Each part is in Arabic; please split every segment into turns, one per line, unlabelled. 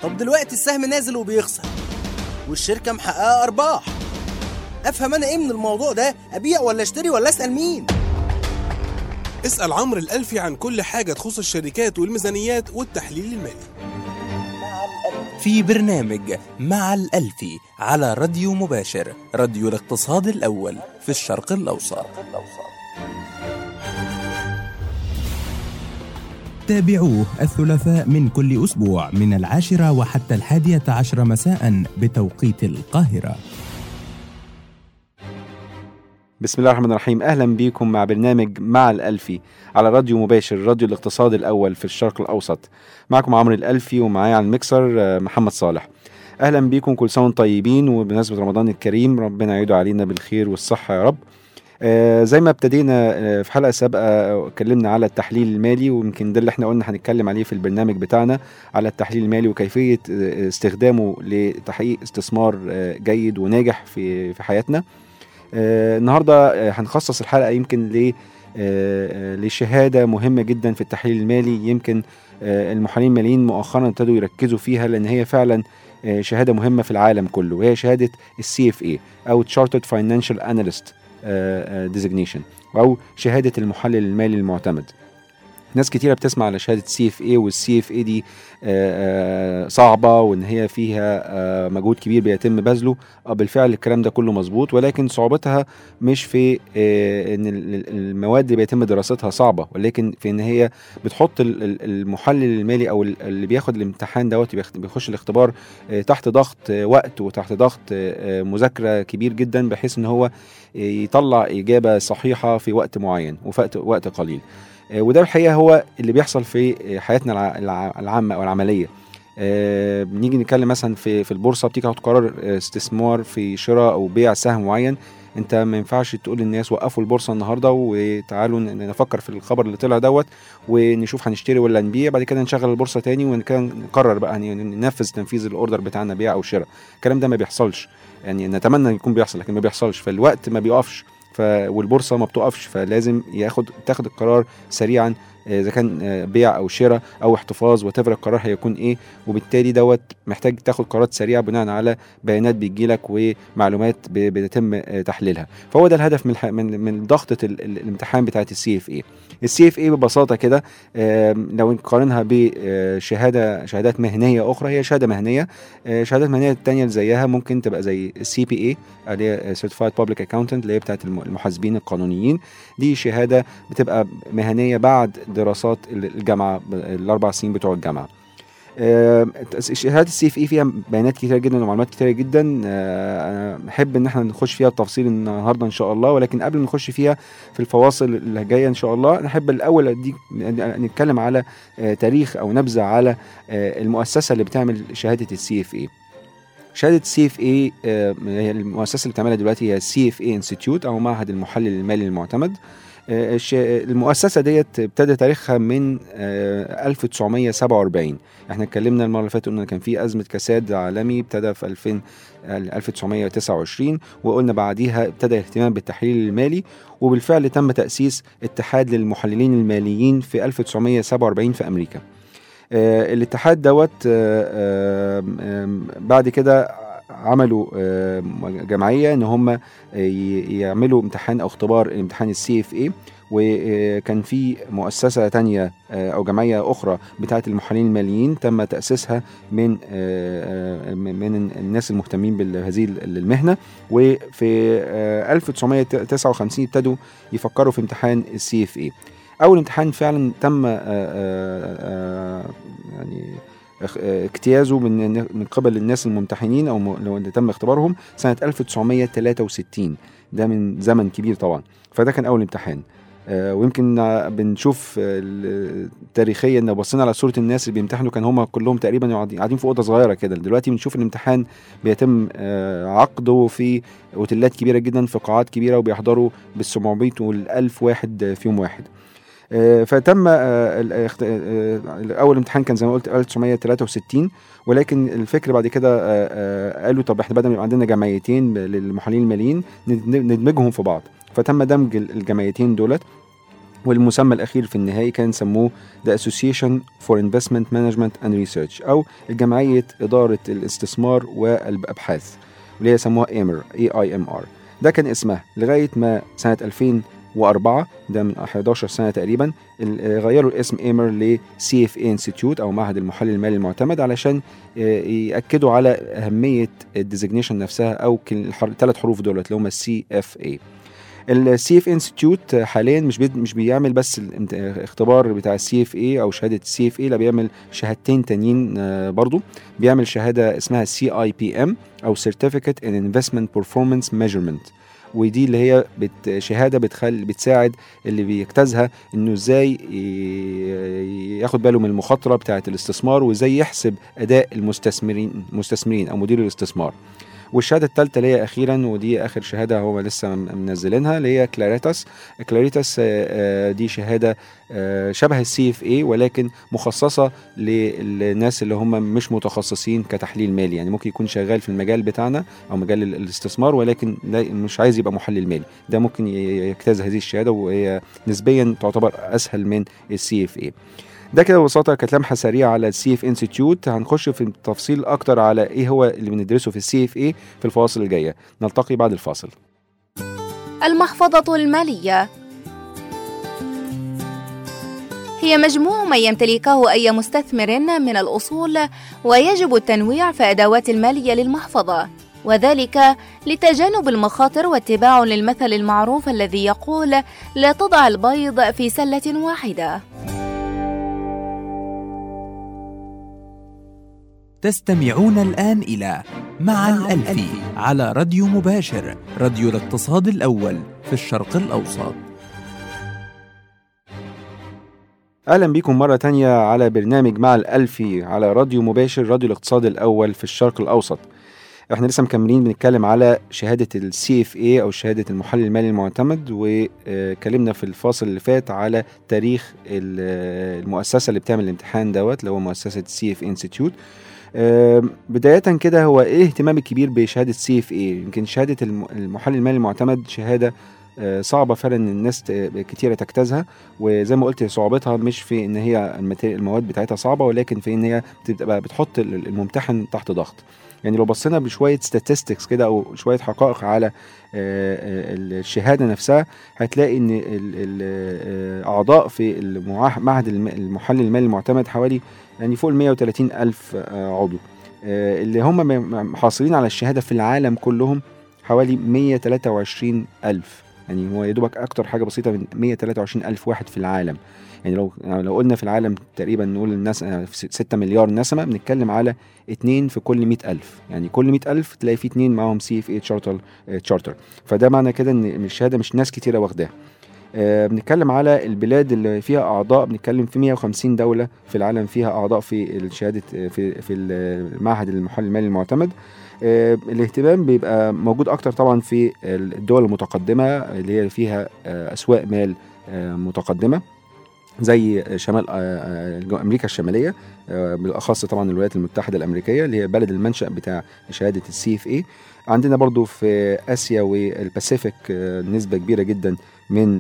طب دلوقتي السهم نازل وبيخسر والشركة محققة أرباح، أفهم أنا إيه من الموضوع ده؟ أبيع ولا أشتري ولا أسأل مين؟
اسأل عمرو الألفي عن كل حاجة تخص الشركات والميزانيات والتحليل المالي
في برنامج مع الألفي على راديو مباشر، راديو الاقتصاد الأول في الشرق الأوسط.
تابعوه الثلاثاء من كل أسبوع من 10 وحتى 11 مساء بتوقيت القاهرة.
بسم الله الرحمن الرحيم. أهلا بكم مع برنامج مع الألفي على راديو مباشر، راديو الاقتصاد الأول في الشرق الأوسط. معكم عمرو الألفي ومعايا على المكسر محمد صالح. أهلا بكم، كل سنة طيبين، وبمناسبة رمضان الكريم ربنا يعيده علينا بالخير والصحة يا رب. زي ما ابتدينا في حلقة سابقة اتكلمنا على التحليل المالي، ويمكن ده اللي احنا قلنا هنتكلم عليه في البرنامج بتاعنا، على التحليل المالي وكيفية استخدامه لتحقيق استثمار جيد وناجح في حياتنا. النهاردة هنخصص الحلقة يمكن لشهادة مهمة جدا في التحليل المالي. يمكن المحللين الماليين مؤخرا ابتدوا يركزوا فيها، لأن هي فعلا شهادة مهمة في العالم كله، وهي شهادة CFA أو Chartered Financial Analyst Designation، أو شهادة المحلل المالي المعتمد. ناس كتيرة بتسمع على شهادة CFA، والCFA دي صعبة وإن هي فيها مجهود كبير بيتم بذله. بالفعل الكلام ده كله مظبوط، ولكن صعوبتها مش في إن المواد اللي بيتم دراستها صعبة، ولكن في إن هي بتحط المحلل المالي أو اللي بياخد الامتحان دوت بيخش الاختبار تحت ضغط وقت وتحت ضغط مذاكرة كبير جدا، بحيث إن هو يطلع إجابة صحيحة في وقت معين وفي وقت قليل. وده الحقيقة هو اللي بيحصل في حياتنا العامة أو العملية. بنيجي نتكلم مثلا في البورصة، بتيجي تاخد قرار استثمار في شراء أو بيع سهم معين. انت ما ينفعش تقول للناس وقفوا البورصة النهاردة وتعالوا نفكر في الخبر اللي طلع دوت ونشوف هنشتري ولا نبيع، بعد كده نشغل البورصة تاني ونقرر بقى ننفذ الأوردر بتاعنا بيع أو شراء. الكلام ده ما بيحصلش، يعني نتمنى يكون بيحصل لكن ما بيحصلش. فالوقت ما بيقفش والبورصة ما بتقفش، فلازم تاخد القرار سريعا، إذا كان بيع أو شراء أو احتفاظ، وتفرق القرار هيكون إيه. وبالتالي دوت محتاج تاخد قرارات سريعة بناء على بيانات بيجيلك ومعلومات بيتم تحليلها. فهو ده الهدف من ضغطة الامتحان بتاعت الCFA ببساطة كده. لو نقارنها بشهادات مهنية أخرى، هي شهادة مهنية. شهادات مهنية التانية اللي زيها ممكن تبقى زي CPA اللي هي Certified Public Accountant، اللي هي بتاعت المحاسبين القانونيين. دي شهادة بتبقى مهنية بعد دراسات الجامعة، ال4 سنين بتوع الجامعة. شهادة CFA فيها بيانات كتيرة جدا ومعلومات كتيرة جدا. أنا أحب إن احنا نخش فيها التفصيل النهاردة إن شاء الله، ولكن قبل ما نخش فيها في الفواصل اللي جاية إن شاء الله، نحب الأول نتكلم على تاريخ أو نبذة على المؤسسة اللي بتعمل شهادة CFA. شهادة CFA هي المؤسسة اللي بتعملها دلوقتي هي CFA Institute أو معهد المحلل المالي المعتمد. المؤسسة ديت ابتدى تاريخها من 1947. احنا اتكلمنا المرة اللي فاتت قلنا كان في أزمة كساد عالمي ابتدى في 1929، وقلنا بعديها ابتدى الاهتمام بالتحليل المالي، وبالفعل تم تأسيس اتحاد للمحللين الماليين في 1947 في أمريكا. الاتحاد دوت بعد كده عملوا جمعية ان هم يعملوا امتحان او اختبار الامتحان CFA، وكان في مؤسسة تانية او جمعية اخرى بتاعة المحللين الماليين تم تأسيسها من الناس المهتمين بهذه المهنة. وفي 1959 ابتدوا يفكروا في امتحان CFA. اول امتحان فعلا تم يعني اجتيازه من قبل الناس الممتحنين او اللي تم اختبارهم سنة 1963. ده من زمن كبير طبعا. فده كان اول امتحان. ويمكن بنشوف تاريخيا لو بصينا على صورة الناس اللي بيمتحنوا كان هم كلهم تقريبا قاعدين في أوضة صغيرة كده. دلوقتي بنشوف الامتحان بيتم عقده في اوتيلات كبيرة جدا في قاعات كبيرة، وبيحضروا بال700 وال1000 واحد في يوم واحد. فتم اول امتحان كان زي ما قلت 1963، ولكن الفكر بعد كده قالوا طب احنا بدل ما يبقى عندنا جمعيتين للمحللين الماليين ندمجهم في بعض. فتم دمج الجمعيتين دولت، والمسمى الأخير في النهاية كان سموه The Association for Investment Management and Research، أو الجمعية إدارة الاستثمار والأبحاث، واللي هي سموها AIMR. ده كان اسمها لغاية ما سنة 2004، ده من 11 سنة تقريبا، غيروا الاسم ايمر ل CFA Institute أو معهد المحلل المالي المعتمد، علشان يأكدوا على أهمية الديزيجنيشن نفسها، أو 3 حروف دولت اللي هم CFA. الCFA Institute حاليا مش بيعمل بس الاختبار بتاع CFA أو شهادة CFA، لا بيعمل شهادتين تانيين برضو. بيعمل شهادة اسمها CIPM أو Certificate in Investment Performance Measurement، ودي اللي هي شهادة بتساعد اللي بيجتازها انه ازاي ياخد باله من المخاطرة بتاعة الاستثمار، وازاي يحسب اداء المستثمرين او مدير الاستثمار. والشهادة الثالثة اللي هي أخيرا، ودي آخر شهادة هو لسه منزلينها، اللي هي كلاريتاس. دي شهادة شبه CFA ولكن مخصصة للناس اللي هم مش متخصصين كتحليل مالي، يعني ممكن يكون شغال في المجال بتاعنا أو مجال الاستثمار ولكن مش عايز يبقى محلل مالي، ده ممكن يجتاز هذه الشهادة، وهي نسبيا تعتبر أسهل من CFA. ده كده ببساطة كانت لمحة سريعة على CFA Institute. هنخش في التفصيل أكتر على إيه هو اللي بندرسه في CFA في الفواصل الجاية. نلتقي بعد الفاصل.
المحفظة المالية هي مجموع ما يمتلكه أي مستثمر من الأصول، ويجب التنويع في أدوات المالية للمحفظة، وذلك لتجنب المخاطر واتباع للمثل المعروف الذي يقول لا تضع البيض في سلة واحدة.
تستمعون الآن إلى مع الألفي على راديو مباشر، راديو الاقتصاد الأول في الشرق الأوسط.
أهلا بكم مرة تانية على برنامج مع الألفي على راديو مباشر، راديو الاقتصاد الأول في الشرق الأوسط. احنا لسه مكملين بنتكلم على شهادة CFA أو شهادة المحلل المالي المعتمد، وكلمنا في الفاصل اللي فات على تاريخ المؤسسة اللي بتعمل الامتحان دوت، اللي هو مؤسسة CFA Institute. بداية كده، هو ايه الاهتمام الكبير بشهادة CFA؟ يمكن شهادة المحلل المالي المعتمد شهادة صعبة فعلا ان الناس كتيرة تجتازها، وزي ما قلت صعوبتها مش في ان هي المواد بتاعتها صعبة، ولكن في ان هي بتبقى بتحط الممتحن تحت ضغط. يعني لو بصينا بشوية statistics كده او شوية حقائق على الشهادة نفسها، هتلاقي ان الاعضاء في معهد المحلل المالي المعتمد حوالي يعني فوق 130 ألف عضو، اللي هم حاصلين على الشهادة في العالم كلهم حوالي 123 ألف، يعني هو يدوبك أكتر حاجة بسيطة من 123 ألف واحد في العالم. يعني لو قلنا في العالم تقريبا نقول الناس 6 مليار نسمة، بنتكلم على 2 في كل 100 ألف، يعني كل 100 ألف تلاقي في 2 معهم CFA Charter. فده معنى كده ان الشهادة مش ناس كتيرة واخداها. بنتكلم على البلاد اللي فيها أعضاء، بنتكلم في 150 دولة في العالم فيها أعضاء في الشهادة في المعهد المحلل المالي المعتمد. الاهتمام بيبقى موجود أكتر طبعا في الدول المتقدمة اللي هي فيها أسواق مال متقدمة زي شمال أمريكا الشمالية، بالأخص طبعا الولايات المتحدة الأمريكية اللي هي بلد المنشأ بتاع شهادة CFA. عندنا برضو في آسيا والباسيفيك نسبة كبيرة جدا من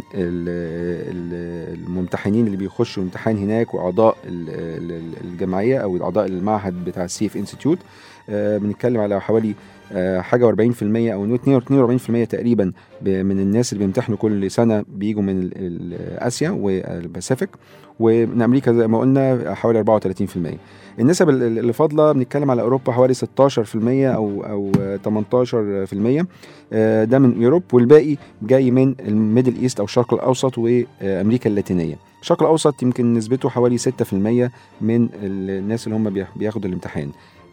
الممتحنين اللي بيخشوا امتحان هناك، وأعضاء الجمعية أو أعضاء المعهد بتاع CFA Institute. بنتكلم على حوالي حاجة 40% أو 42% تقريبا من الناس اللي بيمتحنوا كل سنة بيجوا من آسيا والباسيفيك، ومن أمريكا زي ما قلنا حوالي 34%. النسب اللي فاضلة بنتكلم على أوروبا حوالي 16% أو 18%، ده من يوروب، والباقي جاي من الميدل إيست أو الشرق الأوسط وأمريكا اللاتينية. الشرق الأوسط يمكن نسبته حوالي 6% من الناس اللي هم بياخدوا الامتحان.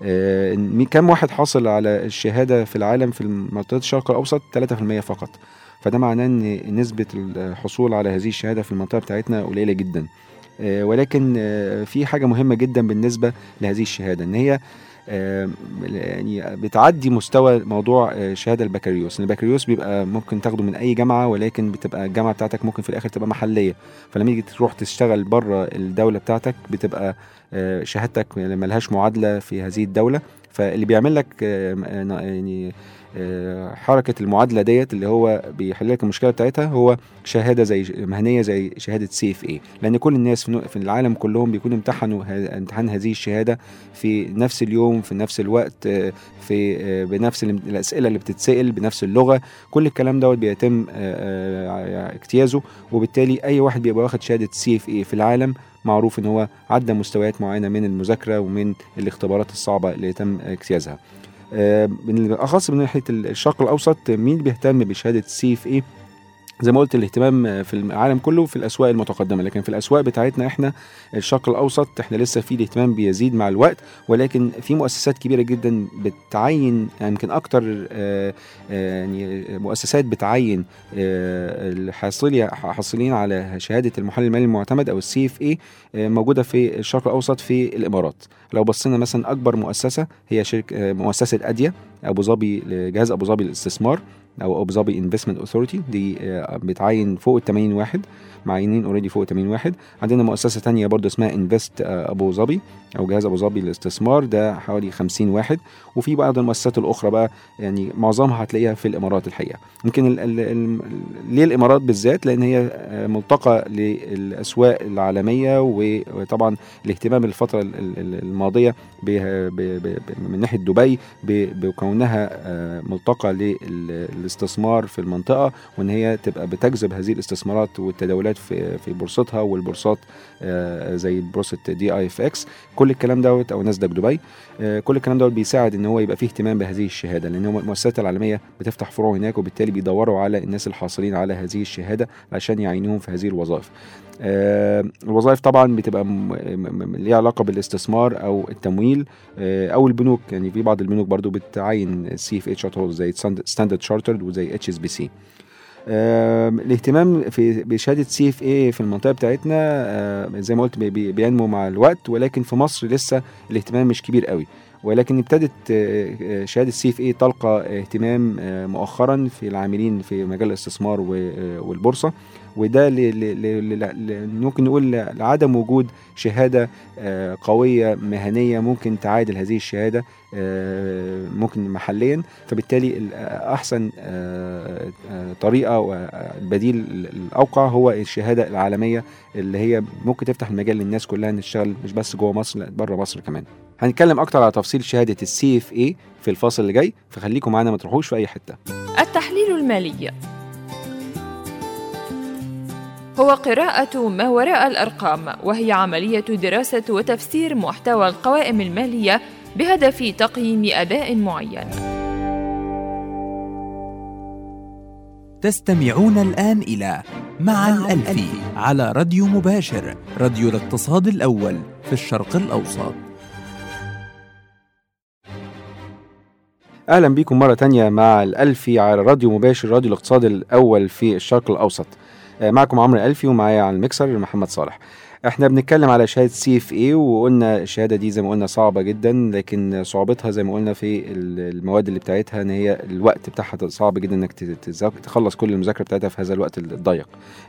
كم واحد حاصل على الشهادة في العالم في منطقة الشرق الأوسط؟ 3% فقط. فده معناه أن نسبة الحصول على هذه الشهادة في المنطقة بتاعتنا قليلة جدا. ولكن في حاجة مهمة جدا بالنسبة لهذه الشهادة، ان هي يعني بتعدي مستوى موضوع شهادة البكالوريوس. البكالوريوس بيبقى ممكن تاخده من اي جامعة، ولكن بتبقى الجامعة بتاعتك ممكن في الاخر تبقى محلية، فلما يجي تروح تشتغل بره الدولة بتاعتك بتبقى شهادتك ملهاش معادلة في هذه الدولة، فاللي بيعمل لك يعني حركة المعادلة ديت اللي هو بيحل لك المشكلة بتاعتها هو شهادة زي مهنية زي شهادة CFA، لأن كل الناس في العالم كلهم بيكونوا امتحنوا امتحان هذه الشهادة في نفس اليوم في نفس الوقت في بنفس الأسئلة اللي بتتسأل بنفس اللغة. كل الكلام دوت بيتم اجتيازه، وبالتالي أي واحد بيبقى واخد شهادة CFA في العالم معروف إن هو عدى مستويات معينة من المذاكرة ومن الاختبارات الصعبة اللي يتم اجتيازها. بالأخص من ناحية الشرق الأوسط مين بيهتم بشهادة CFA؟ زي ما قلت الاهتمام في العالم كله في الأسواق المتقدمة، لكن في الأسواق بتاعتنا احنا الشرق الأوسط احنا لسه في الاهتمام بيزيد مع الوقت، ولكن في مؤسسات كبيرة جدا بتعين يمكن أكتر يعني مؤسسات بتعين الحاصلين على شهادة المحلل المالي المعتمد أو CFA موجودة في الشرق الأوسط في الإمارات. لو بصينا مثلا أكبر مؤسسة هي مؤسسة أديا أبو ظبي، جهاز أبو ظبي للاستثمار او ابو ظبي انفستمنت اوثورتي، دي بتعين فوق ال 80 واحد، معينين اوريدي فوق 80 واحد. عندنا مؤسسه تانية برضو اسمها انفست ابو ظبي او جهاز ابو ظبي للاستثمار، ده حوالي 50 واحد. وفي بعض المؤسسات الاخرى بقى يعني معظمها هتلاقيها في الامارات الحقيقه. يمكن ليه الامارات بالذات؟ لان هي ملتقى للاسواق العالميه، وطبعا الاهتمام الفتره الماضيه من ناحيه دبي بكونها ملتقى للاستثمار في المنطقه، وان هي تبقى بتجذب هذه الاستثمارات والتداولات في بورصتها والبورصات زي بورصه DIFX. كل الكلام دوت او ناسداك دبي، كل الكلام دوت بيساعد ان هو يبقى فيه اهتمام بهذه الشهاده، لان المؤسسات العالميه بتفتح فروع هناك، وبالتالي بيدوروا على الناس الحاصلين على هذه الشهاده عشان يعينوهم في هذه الوظائف. الوظائف طبعا بتبقى ليها علاقه بالاستثمار او التمويل او البنوك، يعني في بعض البنوك برضو بتعين CFA شارتر زي ستاندرد شارترد وزي HSBC. الاهتمام بشهاده CFA في المنطقه بتاعتنا زي ما قلت بينمو مع الوقت، ولكن في مصر لسه الاهتمام مش كبير قوي، ولكن ابتدت شهاده CFA تلقى اهتمام مؤخرا في العاملين في مجال الاستثمار والبورصه، وده ممكن نقول لعدم وجود شهاده قويه مهنيه ممكن تعادل هذه الشهاده ممكن محليا. فبالتالي احسن طريقه والبديل الاوقع هو الشهاده العالميه اللي هي ممكن تفتح المجال للناس كلها ان تشتغل مش بس جوه مصر، لا بره مصر كمان. هنتكلم اكتر على تفصيل شهاده CFA في الفاصل اللي جاي، فخليكم معانا ما تروحوش في اي حته.
التحليل المالي هو قراءة ما وراء الأرقام، وهي عملية دراسة وتفسير محتوى القوائم المالية بهدف تقييم أداء معين.
تستمعون الآن إلى مع الألفي على راديو مباشر، راديو الاقتصاد الأول في الشرق الأوسط.
أهلا بكم مرة تانية مع الألفي على راديو مباشر، راديو الاقتصاد الأول في الشرق الأوسط. معكم عمرو الألفي ومعايا على الميكسر محمد صالح. احنا بنتكلم على شهادة CFA، وقلنا الشهادة دي زي ما قلنا صعبة جدا، لكن صعوبتها زي ما قلنا في المواد اللي بتاعتها ان هي الوقت بتاعها صعب جدا انك تخلص كل المذاكرة بتاعتها في هذا الوقت الضيق.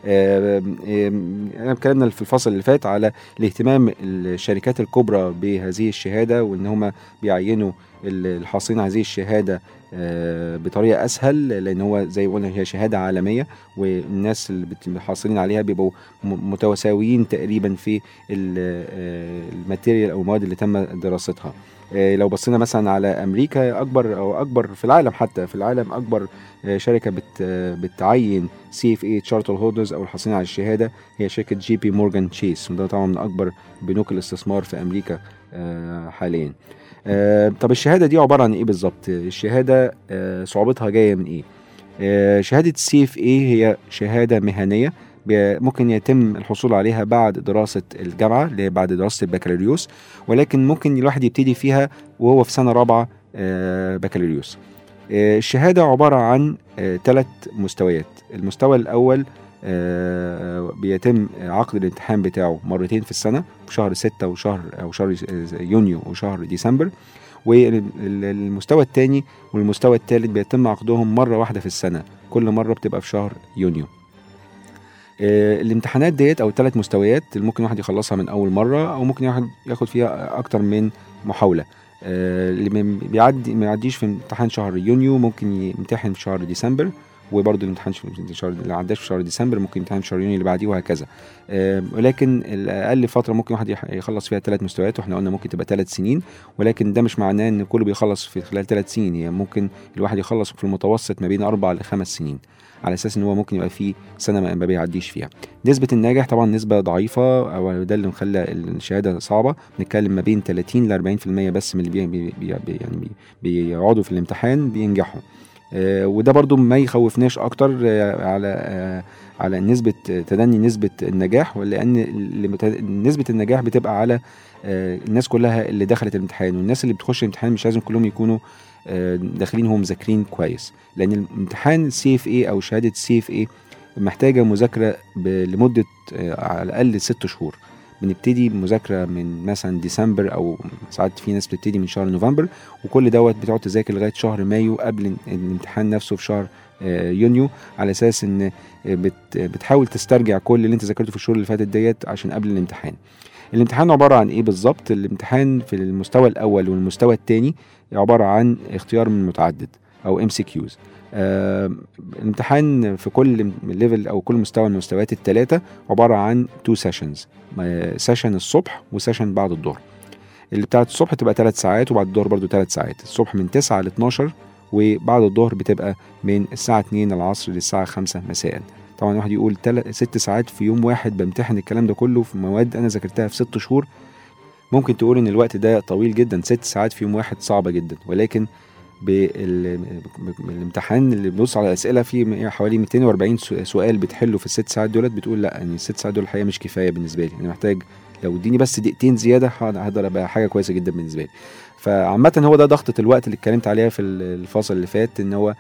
انا اتكلمنا في الفصل اللي فات على الاهتمام الشركات الكبرى بهذه الشهادة، وان هم بيعينوا الحاصلين على هذه الشهادة بطريقة أسهل، لأن هو زي ما قلنا هي شهادة عالمية، والناس اللي حاصلين عليها بيبقوا متساويين تقريبا في الماتيريال أو المواد اللي تم دراستها. لو بصينا مثلا على أمريكا، أكبر في العالم، حتى في العالم أكبر شركة بتعين CFA Charter Holders أو الحاصلين على الشهادة هي شركة JP Morgan Chase، وده طبعا من أكبر بنوك الاستثمار في أمريكا حاليا. طب الشهادة دي عبارة عن ايه بالظبط؟ الشهادة صعوبتها جاية من ايه؟ شهادة CFA هي شهادة مهنية ممكن يتم الحصول عليها بعد دراسة الجامعة، اللي هي بعد دراسة البكالوريوس، ولكن ممكن الواحد يبتدي فيها وهو في سنة رابعة بكالوريوس. الشهادة عبارة عن 3 مستويات. المستوى الأول بيتم عقد الامتحان بتاعه مرتين في السنة، في شهر 6 وشهر يونيو وشهر ديسمبر. والمستوى الثاني والمستوى الثالث بيتم عقدهم مرة واحدة في السنة، كل مرة بتبقى في شهر يونيو. الامتحانات ديت أو 3 مستويات اللي ممكن واحد يخلصها من أول مرة، أو ممكن واحد ياخد فيها أكتر من محاولة. اللي ما يعديش في امتحان شهر يونيو ممكن يمتحن في شهر ديسمبر، وبرضه الامتحان في شهر اللي عداش في شهر ديسمبر ممكن يمتحن في شهر يونيو اللي بعديه، وهكذا. ولكن الاقل فتره ممكن واحد يخلص فيها 3 مستويات، واحنا قلنا ممكن تبقى 3 سنين، ولكن ده مش معناه ان كله بيخلص في خلال 3 سنين. هي ممكن الواحد يخلص في المتوسط ما بين 4 ل5 سنين، على اساس ان هو ممكن يبقى فيه سنه ما بيعديش فيها. نسبه الناجح طبعا نسبه ضعيفه، او ده اللي مخلى الشهاده صعبه. بنتكلم ما بين 30 ل 40% بس من اللي يعني بيقعدوا في الامتحان بينجحوا. وده برضو ما يخوفناش اكتر على نسبة تدني نسبة النجاح، ولأن نسبة النجاح بتبقى على الناس كلها اللي دخلت الامتحان، والناس اللي بتخش الامتحان مش لازم كلهم يكونوا داخلين هم مذاكرين كويس، لأن الامتحان CFA أو شهادة CFA محتاجة مذاكرة لمدة على الأقل 6 شهور. بنبتدي مذاكرة من مثلا ديسمبر، أو ساعات في ناس بتبتدي من شهر نوفمبر، وكل دوت بتقعد تذاكر لغاية شهر مايو قبل الامتحان نفسه في شهر يونيو، على أساس إن بتحاول تسترجع كل اللي انت ذاكرته في الشهور اللي فاتت ديت عشان قبل الامتحان. الامتحان عبارة عن ايه بالظبط؟ الامتحان في المستوى الأول والمستوى الثاني عبارة عن اختيار من متعدد أو MCQs. الامتحان في كل ليفل او كل مستوى من المستويات الثلاثه عباره عن 2 سيشنز، سيشن الصبح وسيشن بعد الظهر. اللي بتاعت الصبح تبقى 3 ساعات، وبعد الظهر برضو 3 ساعات. الصبح من 9 ل 12، وبعد الظهر بتبقى من الساعه 2 العصر للساعه 5 مساء. طبعا واحد يقول 6 ساعات في يوم واحد بامتحن الكلام ده كله في مواد انا ذاكرتها في 6 شهور. ممكن تقول ان الوقت ده طويل جدا، 6 ساعات في يوم واحد صعبه جدا، ولكن بالامتحان اللي بنبص على الاسئله في حوالي 240 سؤال بتحله في ال6 ساعات دولت، بتقول لا، يعني ال6 ساعات دول الحقيقه مش كفايه بالنسبه لي، انا محتاج لو اديني بس دقيقتين زياده هقدر ابقى حاجه كويسه جدا بالنسبه لي. فعامه هو ده ضغطه الوقت اللي اتكلمت عليها في الفاصل اللي فات، ان هو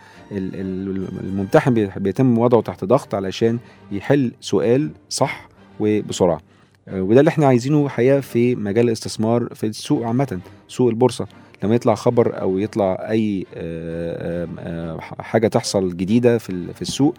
الممتحن بيتم وضعه تحت ضغط علشان يحل سؤال صح وبسرعه. وده اللي احنا عايزينه حقيقه في مجال الاستثمار في السوق عامه، سوق البورصه. لما يطلع خبر او يطلع اي حاجه تحصل جديده في السوق،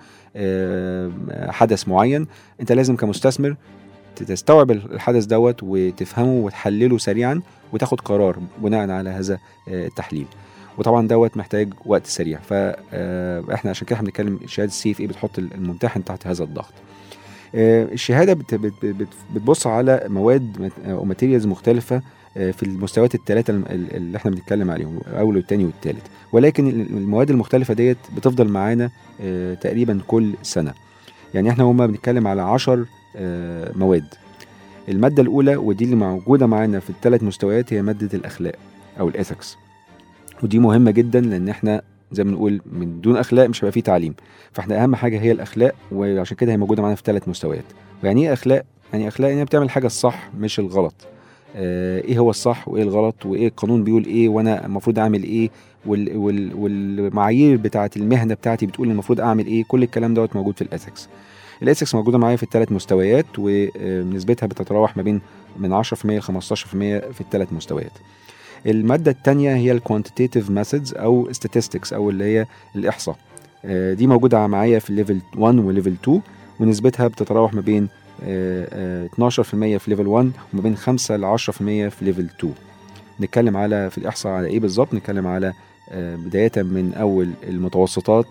حدث معين، انت لازم كمستثمر تستوعب الحدث دوت وتفهمه وتحلله سريعا وتاخد قرار بناء على هذا التحليل. وطبعا دوت محتاج وقت سريع، فاحنا عشان كده بنتكلم شهاده CFA بتحط الممتحن تحت هذا الضغط. الشهاده بتبص على مواد او ماتيريالز مختلفه في المستويات الثلاثه اللي احنا بنتكلم عليهم، الاول والثاني والثالث، ولكن المواد المختلفه ديت بتفضل معانا تقريبا كل سنه. يعني احنا هما بنتكلم على 10 مواد. الماده الاولى ودي اللي موجوده معانا في ال3 مستويات هي ماده الاخلاق او الاثكس، ودي مهمه جدا لان احنا زي ما بنقول من دون اخلاق مش هيبقى فيه تعليم، فاحنا اهم حاجه هي الاخلاق، وعشان كده هي موجوده معانا في 3 مستويات. ويعني ايه اخلاق؟ يعني اخلاق يعني بتعمل حاجه الصح مش الغلط. ايه هو الصح وايه الغلط، وايه القانون بيقول ايه، وانا المفروض اعمل ايه، والمعايير بتاعه المهنه بتاعتي بتقول المفروض اعمل ايه. كل الكلام دوت موجود في الاثكس. الاثكس موجوده معايا في ال3 مستويات، ونسبتها بتتراوح ما بين من 10% ل 15% في ال3 مستويات. الماده الثانيه هي الكوانتيتيف ميثودز او statistics او اللي هي الاحصاء. دي موجوده معايا في الليفل 1 وليفل 2، ونسبتها بتتراوح ما بين 12% في ليفل 1 وما بين 5 ل 10% في ليفل 2. نتكلم على في الإحصاء على إيه بالظبط؟ نتكلم على بداية من أول المتوسطات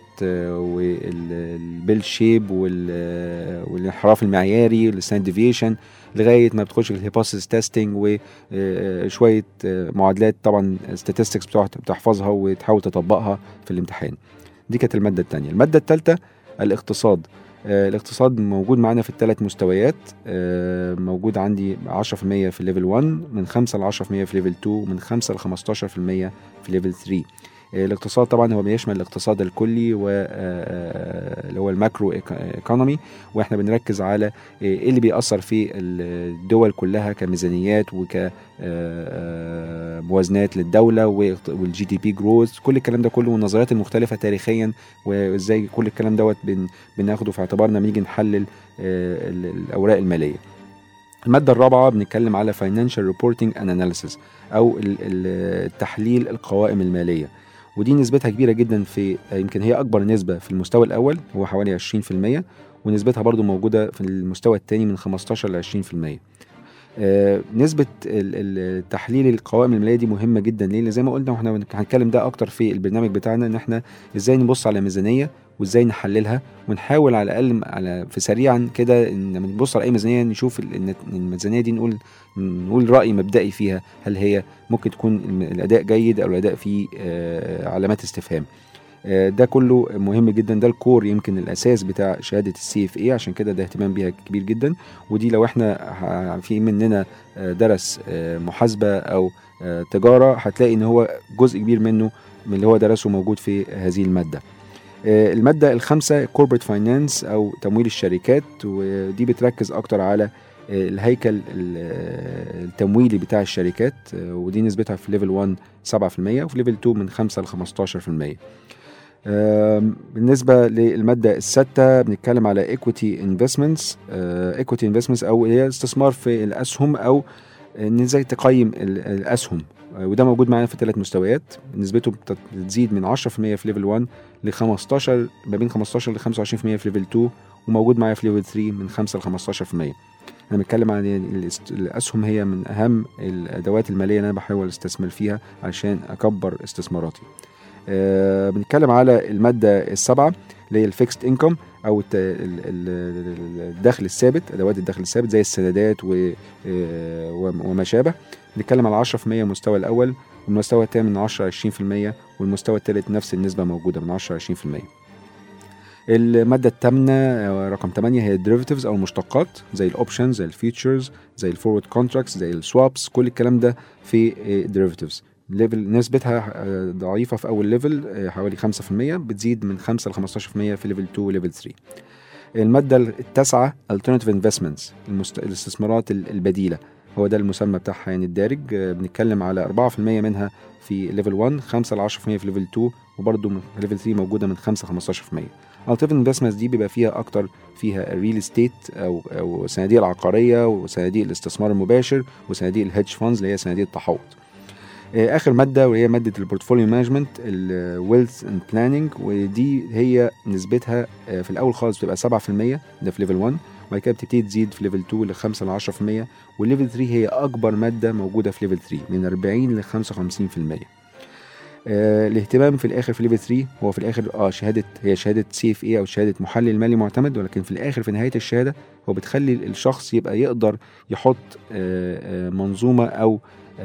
والبيل شيب والانحراف المعياري الستاندرد ديفيشن لغاية ما بتخش في الهيبوثيسيس تيستينج وشوية معادلات طبعا statistics بتحفظها وتحاول تطبقها في الامتحان. دي كانت المادة الثانية. المادة الثالثة الاقتصاد. الاقتصاد موجود معانا في ال3 مستويات، موجود عندي 10% في ليفل 1، من 5 ل 10% في ليفل 2، ومن 5 ل 15% في ليفل 3. الاقتصاد طبعا هو بيشمل الاقتصاد الكلي اللي هو الماكرو ايكونومي، واحنا بنركز على ايه اللي بيأثر في الدول كلها كميزانيات وكموازنات للدولة والجي دي بي جروث، كل الكلام ده كله والنظريات المختلفة تاريخيا، وازاي كل الكلام دوت بناخده في اعتبارنا لما نيجي نحلل الأوراق المالية. المادة الرابعة بنتكلم على Financial Reporting and Analysis أو التحليل القوائم المالية، ودي نسبتها كبيرة جدا، في يمكن هي أكبر نسبة في المستوى الأول هو حوالي 20%، ونسبتها برضو موجودة في المستوى الثاني من 15 ل 20%. نسبة التحليل القوائم المالية دي مهمة جدا. ليه؟ زي ما قلنا واحنا هنتكلم ده اكتر في البرنامج بتاعنا، ان احنا ازاي نبص على ميزانية وازاي نحللها، ونحاول على الاقل في سريعا كده ان لما نبص على اي ميزانية نشوف ان الميزانية دي نقول رأي مبدئي فيها، هل هي ممكن تكون الاداء جيد او الاداء فيه علامات استفهام. ده كله مهم جدا، ده الكور يمكن الاساس بتاع شهاده CFA، عشان كده ده اهتمام بيها كبير جدا. ودي لو احنا في مننا درس محاسبه او تجاره هتلاقي ان هو جزء كبير منه من اللي هو درسه موجود في هذه الماده. الماده الخامسه Corporate Finance او تمويل الشركات، ودي بتركز اكتر على الهيكل التمويلي بتاع الشركات، ودي نسبتها في ليفل 1 7% وفي ليفل 2 من 5 ل 15%. بالنسبة للمادة السادسة بنتكلم على Equity Investments أو هي استثمار في الأسهم، أو إن إزاي تقيم الأسهم، وده موجود معانا في 3 مستويات. نسبته بتزيد من 10% في ليفل 1 ل 15 ما بين 15 ل 25% في ليفل 2، وموجود معايا في ليفل 3 من 5 ل 15%. أنا بتكلم عن الأسهم، هي من أهم الأدوات المالية اللي أنا بحاول استثمر فيها عشان أكبر استثماراتي. بنتكلم على المادة السابعة اللي هي الفيكست انكم او الدخل الثابت، ادوات الدخل الثابت زي السندات وما شابه. بنتكلم على 10% المستوى الاول، والمستوى الثاني من 10 ل 20%، والمستوى الثالث نفس النسبة موجودة من 10 ل 20%. المادة الثامنة رقم 8 هي الديريفاتيفز او المشتقات، زي الاوبشنز، زي الفيوتشرز، زي الفورورد كونتراكتس، زي السوابس. كل الكلام ده في الديريفاتيفز. نسبتها ضعيفة في أول ليفل حوالي 5%، بتزيد من 5 ل 15% في ليفل 2 و ليفل 3. المادة التاسعة Alternative Investments، الاستثمارات البديلة، هو ده المسمى بتاعها يعني الدارج. بنتكلم على 4% منها في ليفل 1، 5 ل 10% في ليفل 2، وبرضه في ليفل 3 موجودة من 5 ل 15%. Alternative Investments دي بيبقى فيها أكتر فيها الريل استيت أو صناديق العقارية، وصناديق الاستثمار المباشر، وصناديق الهيدج فاندز اللي هي صناديق التحوط. اخر ماده وهي ماده البورتفوليو مانجمنت الويلث اند بلاننج، ودي هي نسبتها في الاول خالص بتبقى 7%، ده في ليفل 1، وبعد كده بتبتدي تزيد في ليفل 2 ل 5 ل 10%، والليفل 3 هي اكبر ماده موجوده في ليفل 3 من 40 ل 55%. الاهتمام في الاخر في ليفل 3 هو في الاخر شهاده CFA او شهاده محلل مالي معتمد، ولكن في الاخر في نهايه الشهاده هو بتخلي الشخص يبقى يقدر يحط منظومه او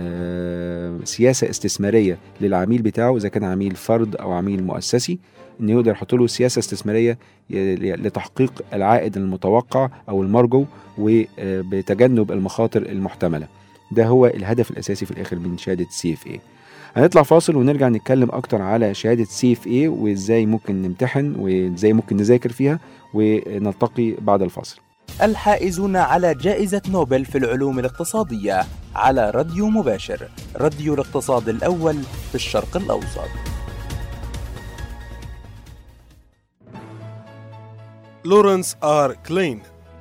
سياسة استثمارية للعميل بتاعه، إذا كان عميل فرد أو عميل مؤسسي، إنه يقدر يحط له سياسة استثمارية لتحقيق العائد المتوقع أو المرجو، وبتجنب المخاطر المحتملة. ده هو الهدف الأساسي في الآخر من شهادة CFA. هنطلع فاصل ونرجع نتكلم أكتر على شهادة CFA وإزاي ممكن نمتحن وإزاي ممكن نذاكر فيها، ونلتقي بعد الفاصل.
الحائزون على جائزة نوبل في العلوم الاقتصادية على راديو مباشر، راديو الاقتصاد الأول في الشرق الأوسط.
لورنس آر كلين.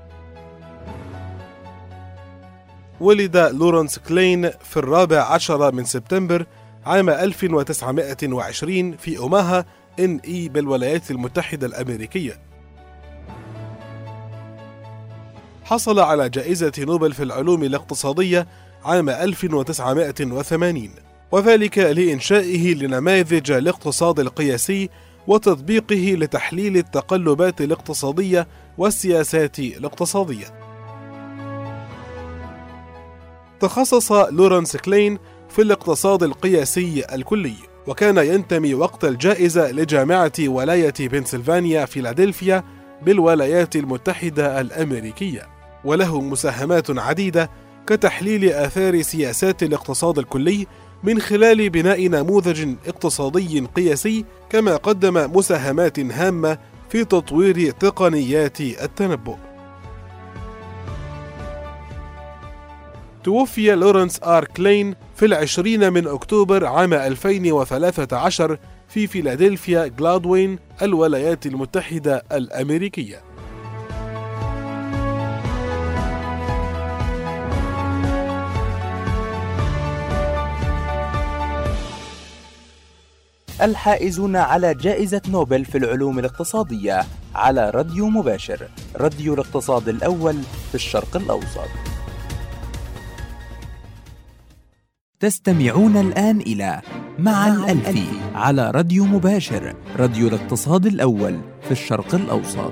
ولد لورنس كلين في 14 من سبتمبر عام 1920 في أوماها NE بالولايات المتحدة الأمريكية. حصل على جائزة نوبل في العلوم الاقتصادية عام 1980، وذلك لإنشائه لنماذج الاقتصاد القياسي وتطبيقه لتحليل التقلبات الاقتصادية والسياسات الاقتصادية. تخصص لورنس كلين في الاقتصاد القياسي الكلي، وكان ينتمي وقت الجائزة لجامعة ولاية بنسلفانيا فيلادلفيا بالولايات المتحدة الأمريكية، وله مساهمات عديدة كتحليل آثار سياسات الاقتصاد الكلي من خلال بناء نموذج اقتصادي قياسي، كما قدم مساهمات هامة في تطوير تقنيات التنبؤ. توفي لورنس آر كلين في 20 من أكتوبر عام 2013 في فيلادلفيا جلادوين الولايات المتحدة الأمريكية.
الحائزون على جائزة نوبل في العلوم الاقتصادية على راديو مباشر، راديو الاقتصاد الأول في الشرق الأوسط.
تستمعون الآن إلى مع الألفي على راديو مباشر، راديو الاقتصاد الأول في الشرق الأوسط.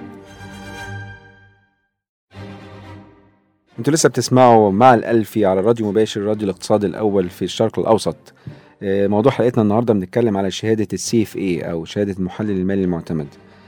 انتوا لسه بتسمعوا مع الألفي على راديو مباشر، راديو الاقتصاد الأول في الشرق الأوسط. موضوع حلقتنا النهاردة بنتكلم على شهادة CFA أو شهادة المحلل المالي المعتمد.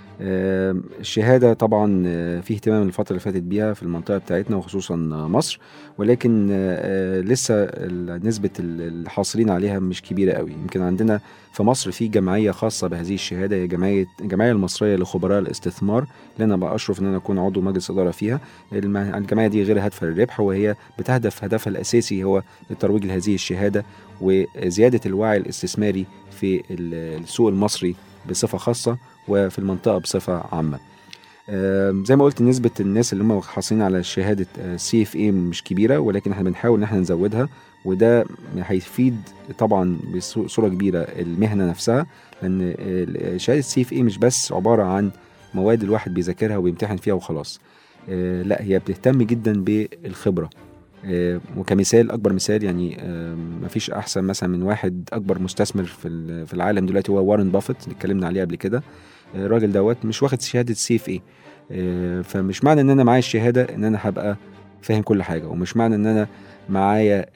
الشهادة طبعا في اهتمام الفترة اللي فاتت بيها في المنطقة بتاعتنا وخصوصا مصر، ولكن لسه نسبة الحاصلين عليها مش كبيرة قوي. يمكن عندنا في مصر في جمعية خاصة بهذه الشهادة، هي الجمعية المصرية لخبراء الاستثمار، اللي أنا بأشرف أن أنا أكون عضو مجلس إدارة فيها. الجمعية دي غير هادفة للربح، وهي هدفها الأساسي هو الترويج لهذه الشهادة وزيادة الوعي الاستثماري في السوق المصري بصفة خاصة وفي المنطقة بصفة عامة. زي ما قلت نسبة الناس اللي هم حاصلين على شهادة CFA مش كبيرة، ولكن احنا بنحاول ان احنا نزودها، وده هيفيد طبعا بصورة كبيرة المهنة نفسها، لان شهادة CFA مش بس عبارة عن مواد الواحد بيذاكرها وبيمتحن فيها وخلاص، لا هي بتهتم جدا بالخبرة. وكمثال أكبر مثال يعني مفيش أحسن مثلا من واحد أكبر مستثمر في العالم دلوقتي هو وارن بافيت، اللي اتكلمنا عليه قبل كده. الراجل دوت مش واخد شهادة CFA، فمش معنى ان انا معايا الشهادة ان انا هبقى فاهم كل حاجة، ومش معنى ان انا معايا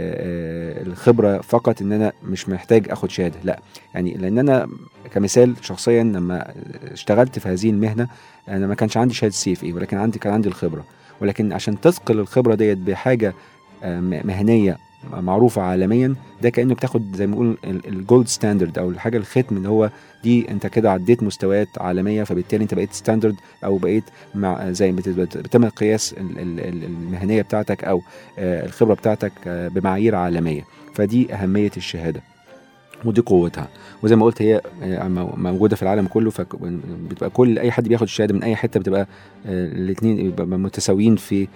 الخبرة فقط ان انا مش محتاج اخد شهادة، لا. يعني لان انا كمثال شخصيا لما اشتغلت في هذه المهنة انا ما كانش عندي شهادة CFA، ولكن كان عندي الخبرة. ولكن عشان تثقل الخبرة ديت بحاجة مهنية معروفة عالميا، ده كأنه بتاخد زي ما نقول الجولد ستاندرد او الحاجة الختم، اللي هو دي انت كده عديت مستويات عالمية، فبالتالي انت بقيت ستاندرد او بقيت زي بتعمل قياس المهنية بتاعتك او الخبرة بتاعتك بمعايير عالمية. فدي أهمية الشهادة ودي قوتها، وزي ما قلت هي موجودة في العالم كله، فبتبقى اي حد بياخد الشهادة من اي حتة بتبقى الاثنين متساويين في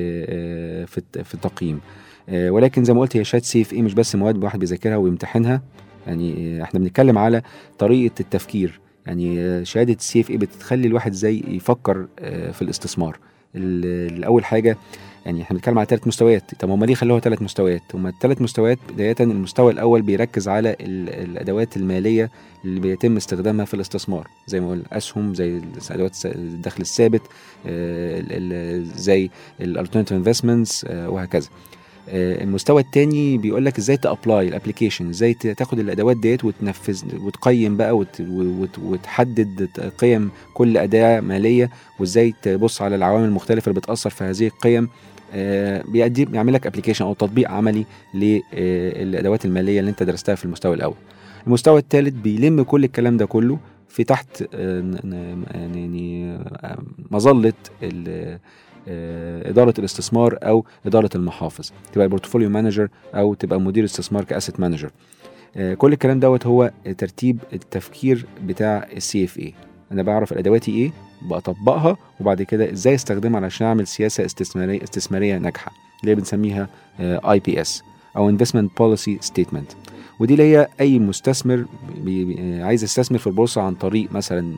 التقييم. ولكن زي ما قلت هي شهادة CFA مش بس مواد واحد بيذاكرها ويمتحنها، يعني احنا بنتكلم على طريقة التفكير. يعني شهادة CFA بتخلي الواحد زي يفكر في الاستثمار. الأول حاجة يعني احنا بنتكلم على 3 مستويات. طب هم ليه خلوها 3 مستويات؟ هم ال3 مستويات بداية المستوى الأول بيركز على الأدوات المالية اللي بيتم استخدامها في الاستثمار، زي ما قلنا أسهم، زي أدوات الدخل الثابت، زي الالترناتيف انفستمنتس وهكذا. المستوى الثاني بيقول لك ازاي تابلاي الابلكيشن، ازاي تاخد الادوات ديت وتنفذ وتقيم بقى وتحدد قيم كل اداه ماليه، وازاي تبص على العوامل المختلفه اللي بتاثر في هذه القيم. بيعمل لك ابلكيشن او تطبيق عملي للادوات الماليه اللي انت درستها في المستوى الاول. المستوى الثالث بيلم كل الكلام ده كله في تحت يعني مظله إدارة الاستثمار أو إدارة المحافظ، تبقى البورتفوليو مانجر أو تبقى مدير استثمار كأسيت مانجر. كل الكلام دوت هو ترتيب التفكير بتاع CFA. أنا بعرف الأدواتي إيه، بطبقها، وبعد كده إزاي استخدمها علشان أعمل سياسة استثمارية ناجحة اللي بنسميها IPS أو Investment Policy Statement. ودي اللي هي أي مستثمر عايز يستثمر في البورصة عن طريق مثلا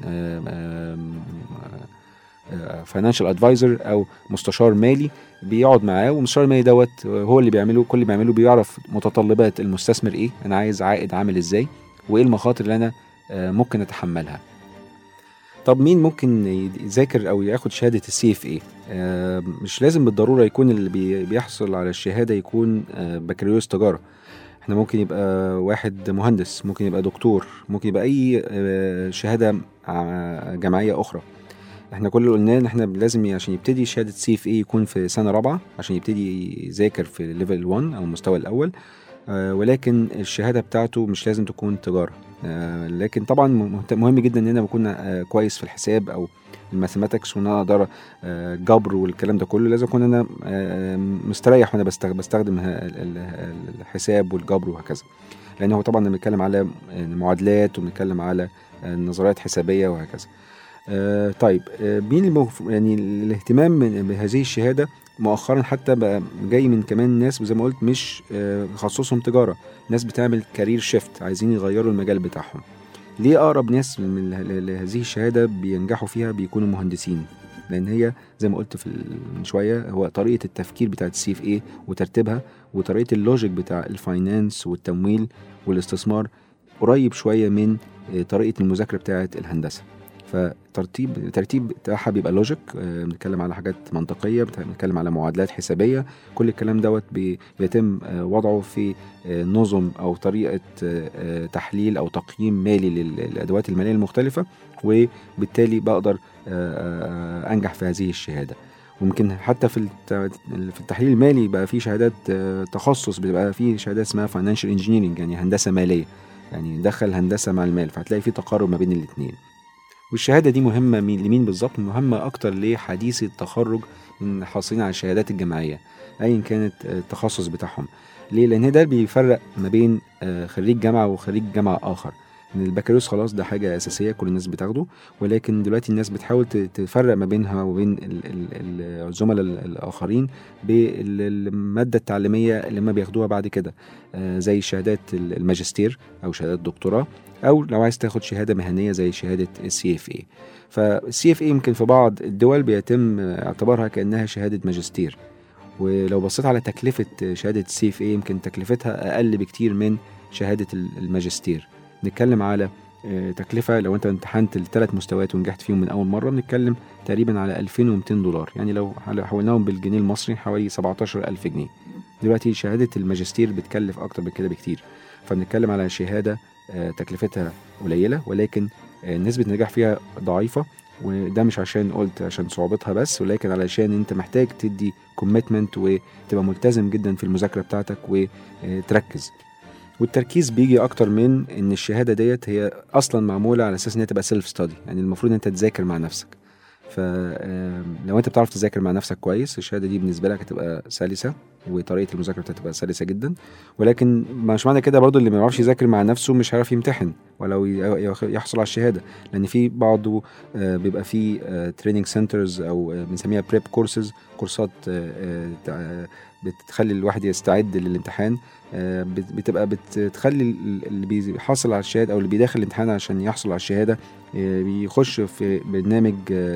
فاينانشال ادفايزر او مستشار مالي بيقعد معاه، والمستشار المالي دوت هو اللي بيعمله، كل اللي بيعمله بيعرف متطلبات المستثمر ايه، انا عايز عائد عامل ازاي، وايه المخاطر اللي انا ممكن اتحملها. طب مين ممكن يذاكر او ياخد شهادة CFA؟ مش لازم بالضرورة يكون اللي بيحصل على الشهادة يكون بكالوريوس تجارة. احنا ممكن يبقى واحد مهندس، ممكن يبقى دكتور، ممكن يبقى اي شهادة جامعية اخرى. احنا كل اللي قلناه ان احنا لازم عشان يبتدي شهادة CFA يكون في سنة رابعة عشان يبتدي يذاكر في ليفل 1 او المستوى الاول. ولكن الشهادة بتاعته مش لازم تكون تجارة. لكن طبعا مهم جدا ان انا بكون كويس في الحساب او الماثيماتكس، وان انا اقدر جبر والكلام ده كله. لازم اكون انا مستريح وانا بستخدم الحساب والجبر وهكذا، لان هو طبعا بنتكلم على معادلات وبنتكلم على نظريات حسابية وهكذا. طيب مين يعني الاهتمام بهذه الشهادة مؤخرا حتى بقى جاي من كمان ناس زي ما قلت مش تخصصهم تجارة، ناس بتعمل كارير شيفت، عايزين يغيروا المجال بتاعهم. ليه أقرب ناس لهذه الشهادة بينجحوا فيها بيكونوا مهندسين؟ لان هي زي ما قلت من شويه هو طريقه التفكير بتاعت CFA وترتيبها وطريقه اللوجيك بتاع الفاينانس والتمويل والاستثمار قريب شويه من طريقه المذاكره بتاعت الهندسه. الترتيب بتاعها بيبقى لوجيك، بنتكلم على حاجات منطقيه، بنتكلم على معادلات حسابيه، كل الكلام دوت بيتم وضعه في نظم او طريقه تحليل او تقييم مالي للادوات الماليه المختلفه، وبالتالي بقدر انجح في هذه الشهاده. وممكن حتى في التحليل المالي بقى في شهادات تخصص، بيبقى في شهادات اسمها فاينانشال انجينيرنج، يعني هندسه ماليه، يعني دخل هندسه مع المال، فهتلاقي في تقارب ما بين الاثنين. والشهاده دي مهمه لمين بالظبط؟ مهمه اكتر لحديثي التخرج من حاصلين على الشهادات الجامعيه ايا كانت التخصص بتاعهم. ليه؟ لان ده بيفرق ما بين خريج جامعه وخريج جامعه اخر. ان البكالوريوس خلاص ده حاجه اساسيه كل الناس بتاخده، ولكن دلوقتي الناس بتحاول تفرق ما بينها وبين الزملاء الاخرين بالماده التعليميه اللي ما بياخدوها بعد كده، زي شهادات الماجستير او شهادات الدكتوراه، او لو عايز تاخد شهاده مهنيه زي شهاده CFA. فالCFA يمكن في بعض الدول بيتم اعتبارها كانها شهاده ماجستير، ولو بصيت على تكلفه شهاده CFA يمكن تكلفتها اقل بكتير من شهاده الماجستير. نتكلم على تكلفة لو انت امتحنت ال3 مستويات ونجحت فيهم من اول مرة بنتكلم تقريبا على $2200، يعني لو حولناهم بالجنيه المصري حوالي 17,000 جنيه. دلوقتي شهادة الماجستير بتكلف اكتر من كده بكتير، فبنتكلم على شهادة تكلفتها قليلة ولكن نسبة النجاح فيها ضعيفة. وده مش عشان صعوبتها بس، ولكن علشان انت محتاج تدي كوميتمنت وتبقى ملتزم جدا في المذاكرة بتاعتك وتركز. والتركيز بيجي اكتر من ان الشهاده ديت هي اصلا معموله على اساس ان هي تبقى سيلف ستادي، يعني المفروض ان انت تذاكر مع نفسك. فلو انت بتعرف تذاكر مع نفسك كويس الشهاده دي بالنسبه لك هتبقى سلسه، وطريقه المذاكره بتبقى سلسه جدا. ولكن مش معنى كده برضو اللي ما يعرفش يذاكر مع نفسه مش هيعرف يمتحن ولو يحصل على الشهاده، لان في بعضه بيبقى في تريننج سنترز او بنسميها بريب كورسز، كورسات بتخلي الواحد يستعد للامتحان، بتبقى بتخلي اللي بيحصل على الشهاده او اللي بيدخل الامتحان عشان يحصل على الشهاده بيخش في برنامج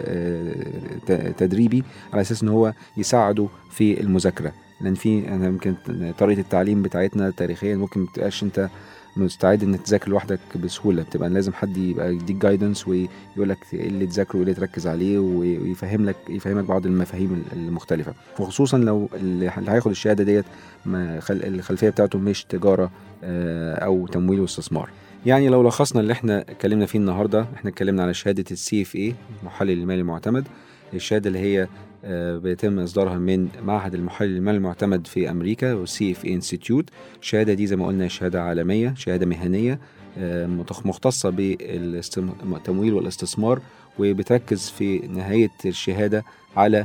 تدريبي على اساس ان هو يساعده في المذاكره. لان انا يمكن طريقه التعليم بتاعتنا تاريخيا ممكن ما تبقاش انت مستعد انك تذاكر لوحدك بسهوله، بتبقى لازم حد يبقى يديك جايدنس ويقول لك ايه اللي تذاكره وايه اللي تركز عليه ويفهمك بعض المفاهيم المختلفه، وخصوصا لو اللي هياخد الشهاده ديت الخلفيه بتاعته مش تجاره او تمويل واستثمار. يعني لو لخصنا اللي احنا اتكلمنا فيه النهارده، احنا اتكلمنا على شهاده CFA محلل المالي المعتمد، الشهاده اللي هي بيتم إصدارها من معهد المحلل المالي المعتمد في أمريكا والCFA انستيتيوت. الشهادة دي زي ما قلنا شهادة عالمية، شهادة مهنية مختصة بالتمويل والاستثمار، وبتركز في نهاية الشهادة على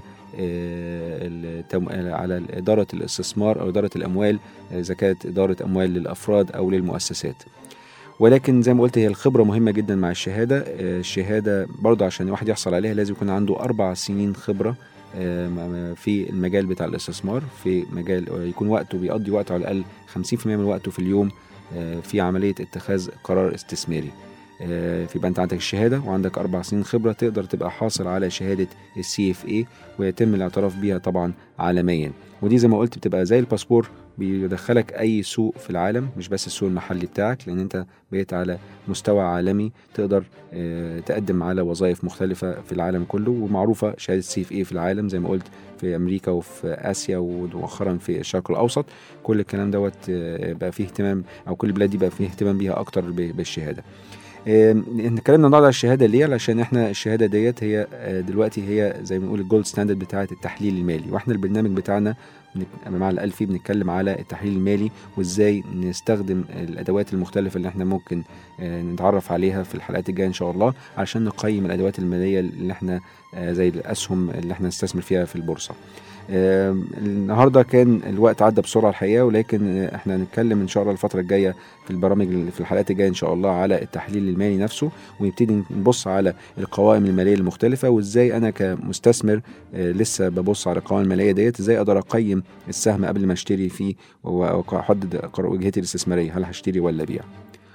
إدارة الاستثمار أو إدارة الأموال، إذا كانت إدارة أموال للأفراد أو للمؤسسات. ولكن زي ما قلت هي الخبرة مهمة جدا مع الشهادة. الشهادة برضه عشان الواحد يحصل عليها لازم يكون عنده 4 سنين خبرة في المجال بتاع الاستثمار، في مجال يكون بيقضي وقته على الأقل 50% من وقته في اليوم في عملية اتخاذ قرار استثماري. فيبقى انت عندك الشهادة وعندك 4 سنين خبرة تقدر تبقى حاصل على شهادة CFA ويتم الاعتراف بيها طبعا عالميا. ودي زي ما قلت بتبقى زي الباسبور، بيدخلك اي سوق في العالم مش بس السوق المحلي بتاعك، لان انت بقيت على مستوى عالمي تقدر تقدم على وظائف مختلفة في العالم كله. ومعروفة شهادة CFA في العالم زي ما قلت في امريكا وفي اسيا ومؤخرا في الشرق الاوسط. كل الكلام دوت بقى فيه اهتمام، او كل البلاد دي بقى فيه اهتمام بيها اكتر بالشهادة. اتكلمنا النهارده على الشهاده ليه؟ علشان احنا الشهاده ديت هي دلوقتي هي زي ما بنقول الجولد ستاندرد بتاعه التحليل المالي، واحنا البرنامج بتاعنا مع الألفي بنتكلم على التحليل المالي وازاي نستخدم الادوات المختلفه اللي احنا ممكن نتعرف عليها في الحلقات الجايه ان شاء الله، علشان نقيم الادوات الماليه اللي احنا زي الاسهم اللي احنا نستثمر فيها في البورصه. النهارده كان الوقت عدى بسرعه الحقيقه، ولكن احنا هنتكلم ان شاء الله الفتره الجايه في البرامج في الحلقات الجايه ان شاء الله على التحليل المالي نفسه، ونبتدي نبص على القوائم الماليه المختلفه وازاي انا كمستثمر لسه ببص على القوائم الماليه ديت ازاي اقدر اقيم السهم قبل ما اشتري فيه واحدد وجهتي الاستثماريه، هل هشتري ولا ابيع.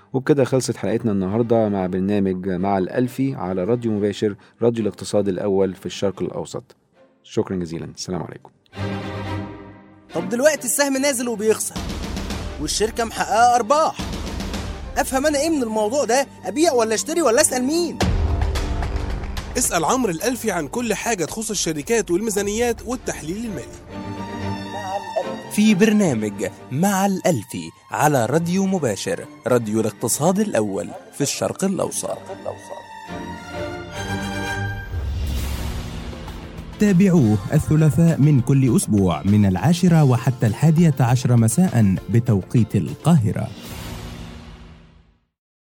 وبكده خلصت حلقتنا النهاردة مع برنامج مع الألفي على راديو مباشر، راديو الاقتصاد الأول في الشرق الأوسط. شكرا جزيلا، السلام عليكم.
طب دلوقتي السهم نازل وبيخسر والشركة محققة أرباح، أفهم أنا إيه من الموضوع ده؟ أبيع ولا أشتري ولا أسأل مين؟
اسأل عمرو الألفي عن كل حاجة تخص الشركات والميزانيات والتحليل المالي.
في برنامج مع الألفي على راديو مباشر، راديو الاقتصاد الأول في الشرق الأوسط.
تابعوه الثلاثاء من كل أسبوع من 10 وحتى 11 مساء بتوقيت القاهرة.